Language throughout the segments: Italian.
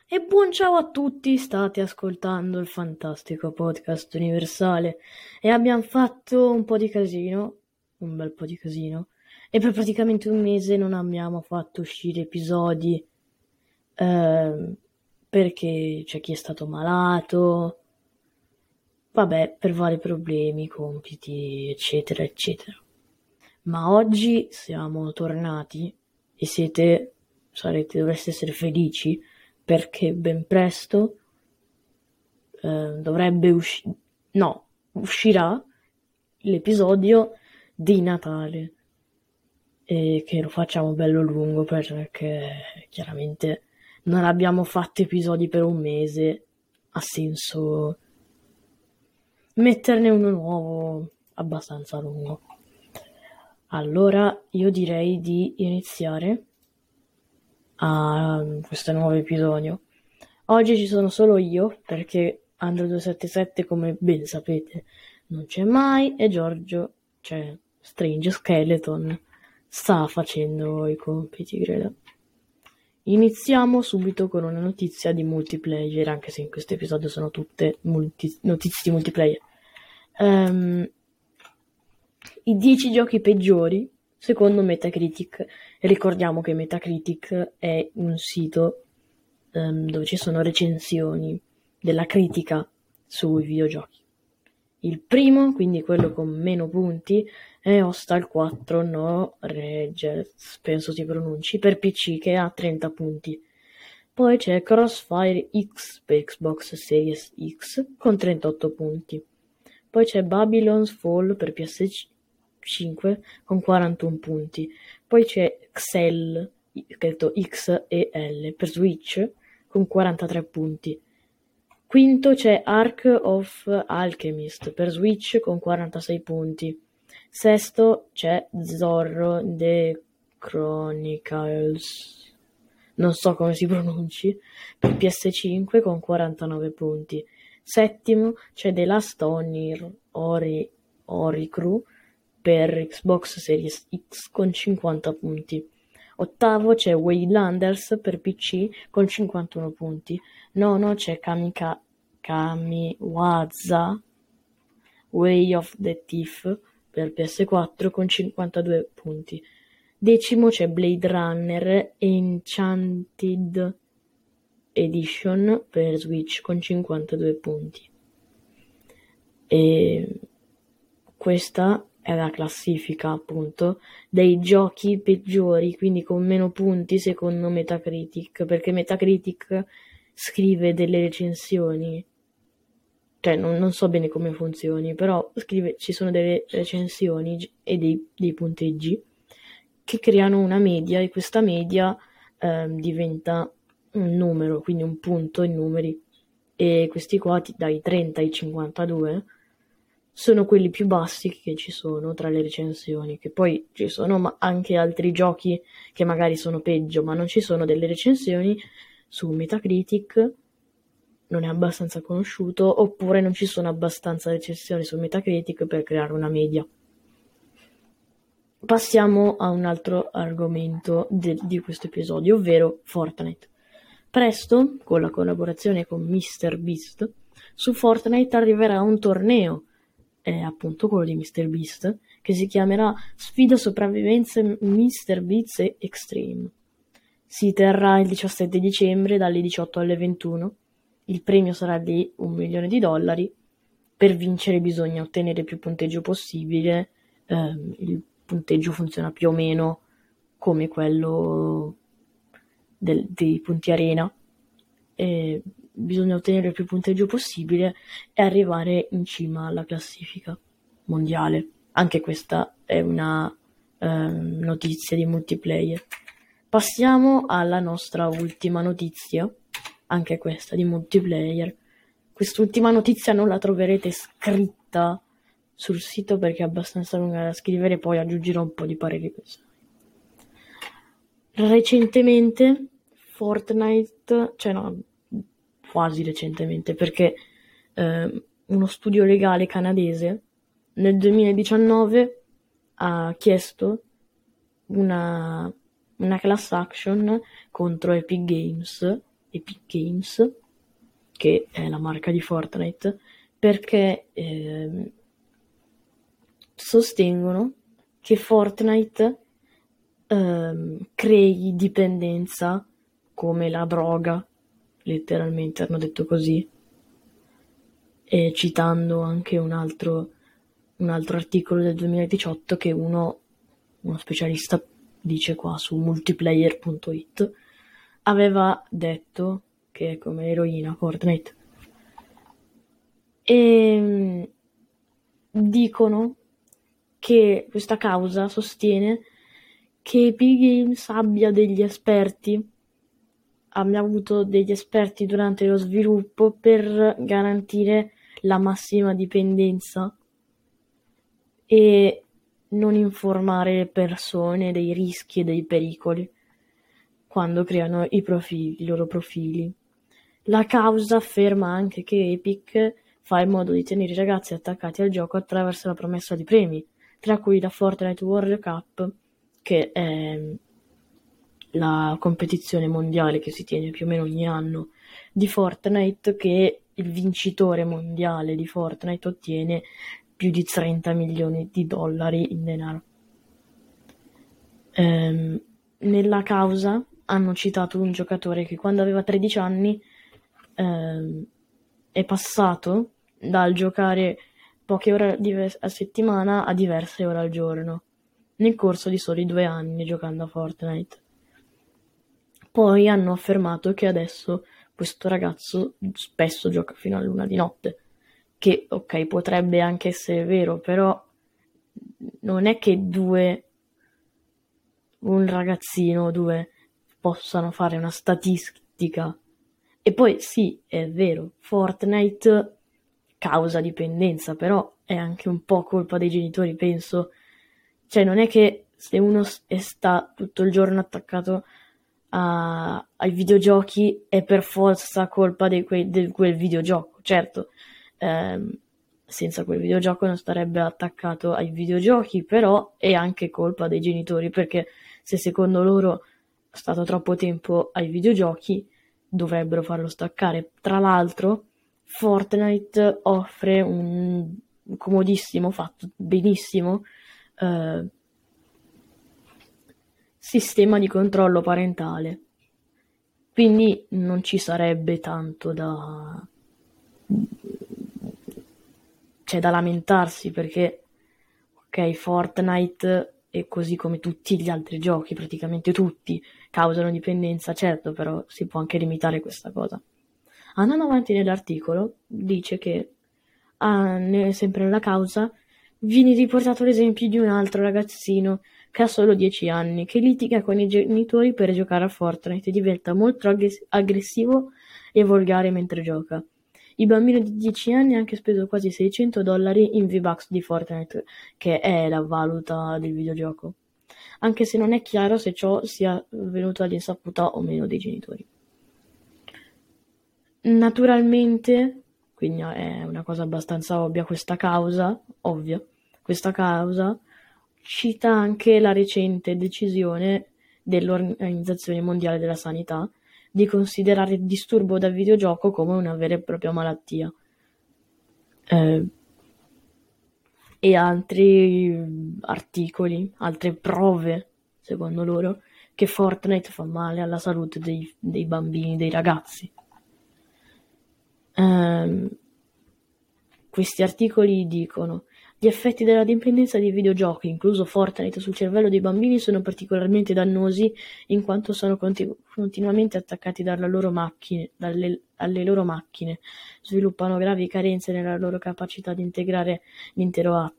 E buon ciao a tutti, state ascoltando il fantastico podcast universale e abbiamo fatto un po' di casino, un bel po' di casino, e per praticamente un mese non abbiamo fatto uscire episodi ehm, perché c'è chi è stato malato, vabbè, per vari problemi, compiti, eccetera, eccetera. Ma oggi siamo tornati e dovreste essere felici perché ben presto dovrebbe uscirà l'episodio di Natale e che lo facciamo bello lungo perché chiaramente non abbiamo fatto episodi per un mese, ha senso metterne uno nuovo abbastanza lungo. Allora io direi di iniziare a questo nuovo episodio. Oggi ci sono solo io perché Andro277, come ben sapete, non c'è mai e Giorgio, cioè Strange Skeleton, sta facendo i compiti, credo. Iniziamo subito con una notizia di multiplayer, anche se in questo episodio sono tutte notizie di multiplayer. I 10 giochi peggiori secondo Metacritic. Ricordiamo che Metacritic è un sito dove ci sono recensioni della critica sui videogiochi. Il primo, quindi quello con meno punti, è Hostal 4 No Regrets, penso si pronunci, per PC, che ha 30 punti. Poi c'è Crossfire X per Xbox Series X con 38 punti. Poi c'è Babylon's Fall per PS5 con 41 punti. Poi c'è Xel, scritto X e L, per Switch con 43 punti. Quinto c'è Ark of Alchemist per Switch con 46 punti. Sesto c'è Zorro The Chronicles, non so come si pronunci, per PS5 con 49 punti. Settimo c'è The Last Ori Crew per Xbox Series X con 50 punti. Ottavo c'è Waylanders per PC con 51 punti. Nono c'è Kamiwaza Way of the Thief per PS4 con 52 punti. Decimo c'è Blade Runner Enchanted Edition per Switch con 52 punti. E questa è la classifica, appunto, dei giochi peggiori, quindi con meno punti secondo Metacritic, perché Metacritic scrive delle recensioni, cioè non so bene come funzioni, però ci sono delle recensioni e dei punteggi che creano una media, e questa media diventa un numero, quindi un punto in numeri, e questi qua dai 30 ai 52 sono quelli più bassi che ci sono tra le recensioni, che poi ci sono anche altri giochi che magari sono peggio, ma non ci sono delle recensioni su Metacritic, non è abbastanza conosciuto, oppure non ci sono abbastanza recensioni su Metacritic per creare una media. Passiamo a un altro argomento di questo episodio, ovvero Fortnite. Presto, con la collaborazione con MrBeast, su Fortnite arriverà un torneo, è appunto quello di MrBeast, che si chiamerà Sfida Sopravvivenza MrBeast Extreme. Si terrà il 17 dicembre dalle 18 alle 21. Il premio sarà di $1 milione. Per vincere bisogna ottenere più punteggio possibile. Il punteggio funziona più o meno come quello dei punti arena. Bisogna ottenere il più punteggio possibile e arrivare in cima alla classifica mondiale. Anche questa è una notizia di multiplayer. Passiamo alla nostra ultima notizia, anche questa di multiplayer. Quest'ultima notizia non la troverete scritta sul sito perché è abbastanza lunga da scrivere, poi aggiungerò un po' di pareri personali. Recentemente Fortnite, cioè no, quasi recentemente, perché uno studio legale canadese nel 2019 ha chiesto una class action contro Epic Games Epic Games, che è la marca di Fortnite, perché sostengono che Fortnite crei dipendenza come la droga, letteralmente hanno detto così, e citando anche un altro articolo del 2018 che uno specialista dice qua su multiplayer.it aveva detto che è come l'eroina Fortnite, e dicono che questa causa sostiene che Epic Games abbia avuto degli esperti durante lo sviluppo per garantire la massima dipendenza e non informare le persone dei rischi e dei pericoli quando creano i loro profili. La causa afferma anche che Epic fa in modo di tenere i ragazzi attaccati al gioco attraverso la promessa di premi, tra cui la Fortnite World Cup, che è la competizione mondiale che si tiene più o meno ogni anno di Fortnite, che il vincitore mondiale di Fortnite ottiene più di 30 milioni di dollari in denaro. Nella causa hanno citato un giocatore che quando aveva 13 anni è passato dal giocare poche ore a settimana a diverse ore al giorno, nel corso di soli 2 anni giocando a Fortnite. Poi hanno affermato che adesso questo ragazzo spesso gioca fino a luna di notte, che ok, potrebbe anche essere vero, però non è che un ragazzino o due possano fare una statistica. E poi sì, è vero, Fortnite causa dipendenza, però è anche un po' colpa dei genitori, penso. Cioè, non è che se uno sta tutto il giorno attaccato ai videogiochi è per forza colpa di quel videogioco. Certo, senza quel videogioco non starebbe attaccato ai videogiochi, però è anche colpa dei genitori, perché se secondo loro è stato troppo tempo ai videogiochi, dovrebbero farlo staccare. Tra l'altro, Fortnite offre un comodissimo, fatto benissimo, sistema di controllo parentale. Quindi non ci sarebbe tanto da lamentarsi, perché ok, Fortnite e così come tutti gli altri giochi, praticamente tutti, causano dipendenza, certo, però si può anche limitare questa cosa. Andando avanti nell'articolo, dice che sempre nella causa viene riportato l'esempio di un altro ragazzino che ha solo 10 anni, che litiga con i genitori per giocare a Fortnite e diventa molto aggressivo e volgare mentre gioca. Il bambino di 10 anni ha anche speso quasi $600 in V-Bucks di Fortnite, che è la valuta del videogioco, anche se non è chiaro se ciò sia venuto all'insaputa o meno dei genitori. Naturalmente, quindi è una cosa abbastanza ovvia questa causa, cita anche la recente decisione dell'Organizzazione Mondiale della Sanità di considerare il disturbo da videogioco come una vera e propria malattia. E altri articoli, altre prove, secondo loro, che Fortnite fa male alla salute dei bambini, dei ragazzi. Questi articoli dicono: gli effetti della dipendenza dei videogiochi, incluso Fortnite, sul cervello dei bambini sono particolarmente dannosi in quanto sono continuamente attaccati alle loro macchine, sviluppano gravi carenze nella loro capacità di integrare l'intero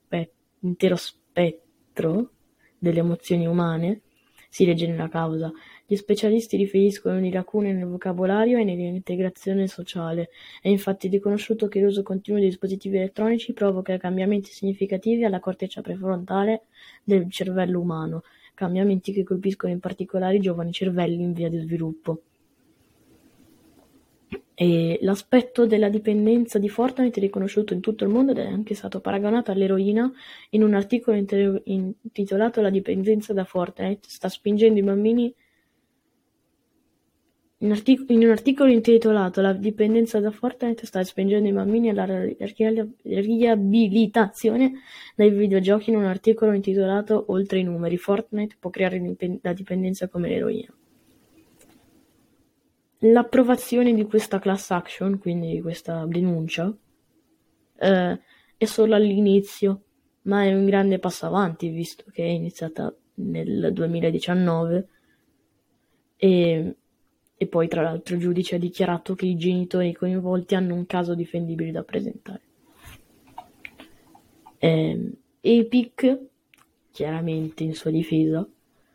spettro delle emozioni umane, si legge nella causa. Gli specialisti riferiscono di lacune nel vocabolario e nell'integrazione sociale. È infatti riconosciuto che l'uso continuo di dispositivi elettronici provoca cambiamenti significativi alla corteccia prefrontale del cervello umano, cambiamenti che colpiscono in particolare i giovani cervelli in via di sviluppo. E l'aspetto della dipendenza di Fortnite è riconosciuto in tutto il mondo ed è anche stato paragonato all'eroina in un articolo intitolato "La dipendenza da Fortnite sta spingendo i bambini In un articolo intitolato "La dipendenza da Fortnite sta spingendo i bambini alla riabilitazione dai videogiochi", in un articolo intitolato "Oltre i numeri, Fortnite può creare la dipendenza come l'eroina". L'approvazione di questa class action, quindi di questa denuncia, è solo all'inizio, ma è un grande passo avanti, visto che è iniziata nel 2019 e poi tra l'altro il giudice ha dichiarato che i genitori coinvolti hanno un caso difendibile da presentare. Epic, chiaramente in sua difesa,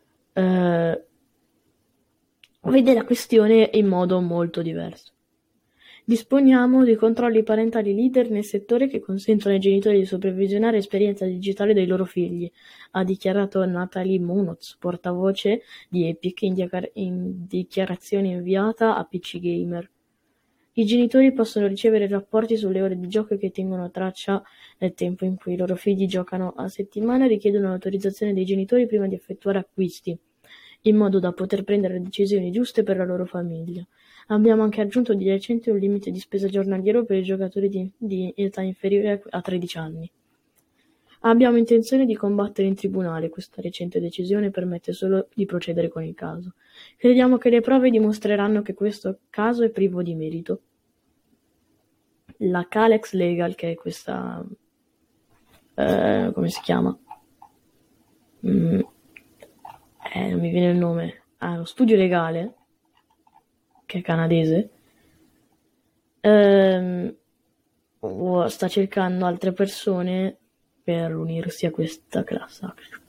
vede la questione in modo molto diverso. "Disponiamo di controlli parentali leader nel settore che consentono ai genitori di supervisionare l'esperienza digitale dei loro figli", ha dichiarato Natalie Munoz, portavoce di Epic, in dichiarazione inviata a PC Gamer. "I genitori possono ricevere rapporti sulle ore di gioco che tengono traccia del tempo in cui i loro figli giocano a settimana e richiedono l'autorizzazione dei genitori prima di effettuare acquisti, in modo da poter prendere le decisioni giuste per la loro famiglia. Abbiamo anche aggiunto di recente un limite di spesa giornaliero per i giocatori di età inferiore a 13 anni. Abbiamo intenzione di combattere in tribunale. Questa recente decisione permette solo di procedere con il caso. Crediamo che le prove dimostreranno che questo caso è privo di merito". La Calex Legal, che è questa... come si chiama? Non mi viene il nome. Lo studio legale, che è canadese, sta cercando altre persone per unirsi a questa class action.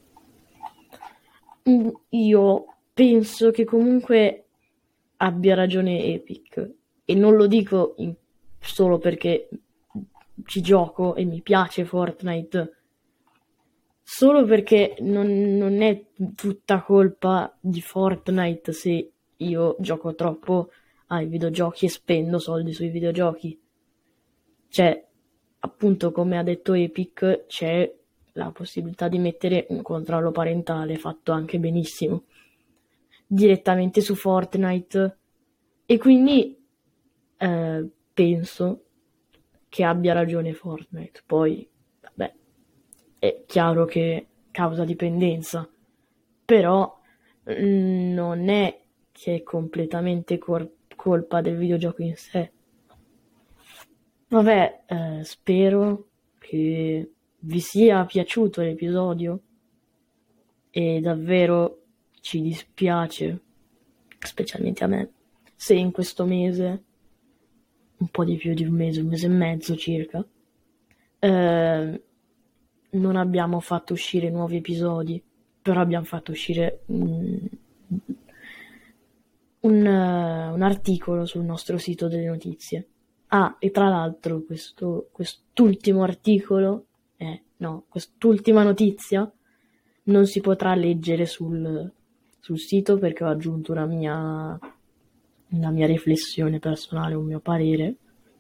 Io penso che comunque abbia ragione Epic, e non lo dico solo perché ci gioco e mi piace Fortnite, solo perché non è tutta colpa di Fortnite se io gioco troppo ai videogiochi e spendo soldi sui videogiochi. Cioè, appunto, come ha detto Epic, c'è la possibilità di mettere un controllo parentale fatto anche benissimo direttamente su Fortnite, e quindi penso che abbia ragione Fortnite. Poi, vabbè, è chiaro che causa dipendenza, però non è che è completamente colpa del videogioco in sé. Vabbè, spero che vi sia piaciuto l'episodio e davvero ci dispiace, specialmente a me, se in questo mese, un po' di più di un mese e mezzo circa, non abbiamo fatto uscire nuovi episodi, però abbiamo fatto uscire un articolo sul nostro sito delle notizie. E tra l'altro quest'ultimo articolo, quest'ultima notizia non si potrà leggere sul sito, perché ho aggiunto una mia riflessione personale, un mio parere.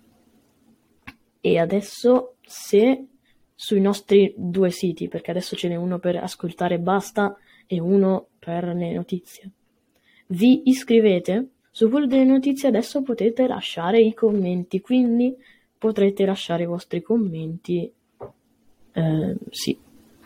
E adesso, se sui nostri 2 siti, perché adesso ce n'è uno per ascoltare e basta e uno per le notizie, vi iscrivete, su quello delle notizie adesso potete lasciare i commenti, quindi potrete lasciare i vostri commenti, sì,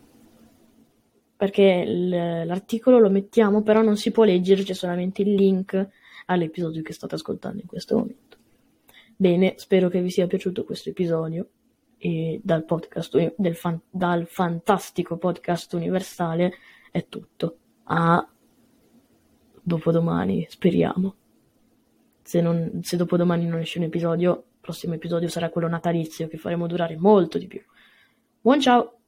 perché l'articolo lo mettiamo, però non si può leggere, c'è solamente il link all'episodio che state ascoltando in questo momento. Bene, spero che vi sia piaciuto questo episodio, e dal fantastico podcast universale è tutto. A dopodomani, speriamo. Se dopodomani non esce un episodio, il prossimo episodio sarà quello natalizio, che faremo durare molto di più. Buon ciao!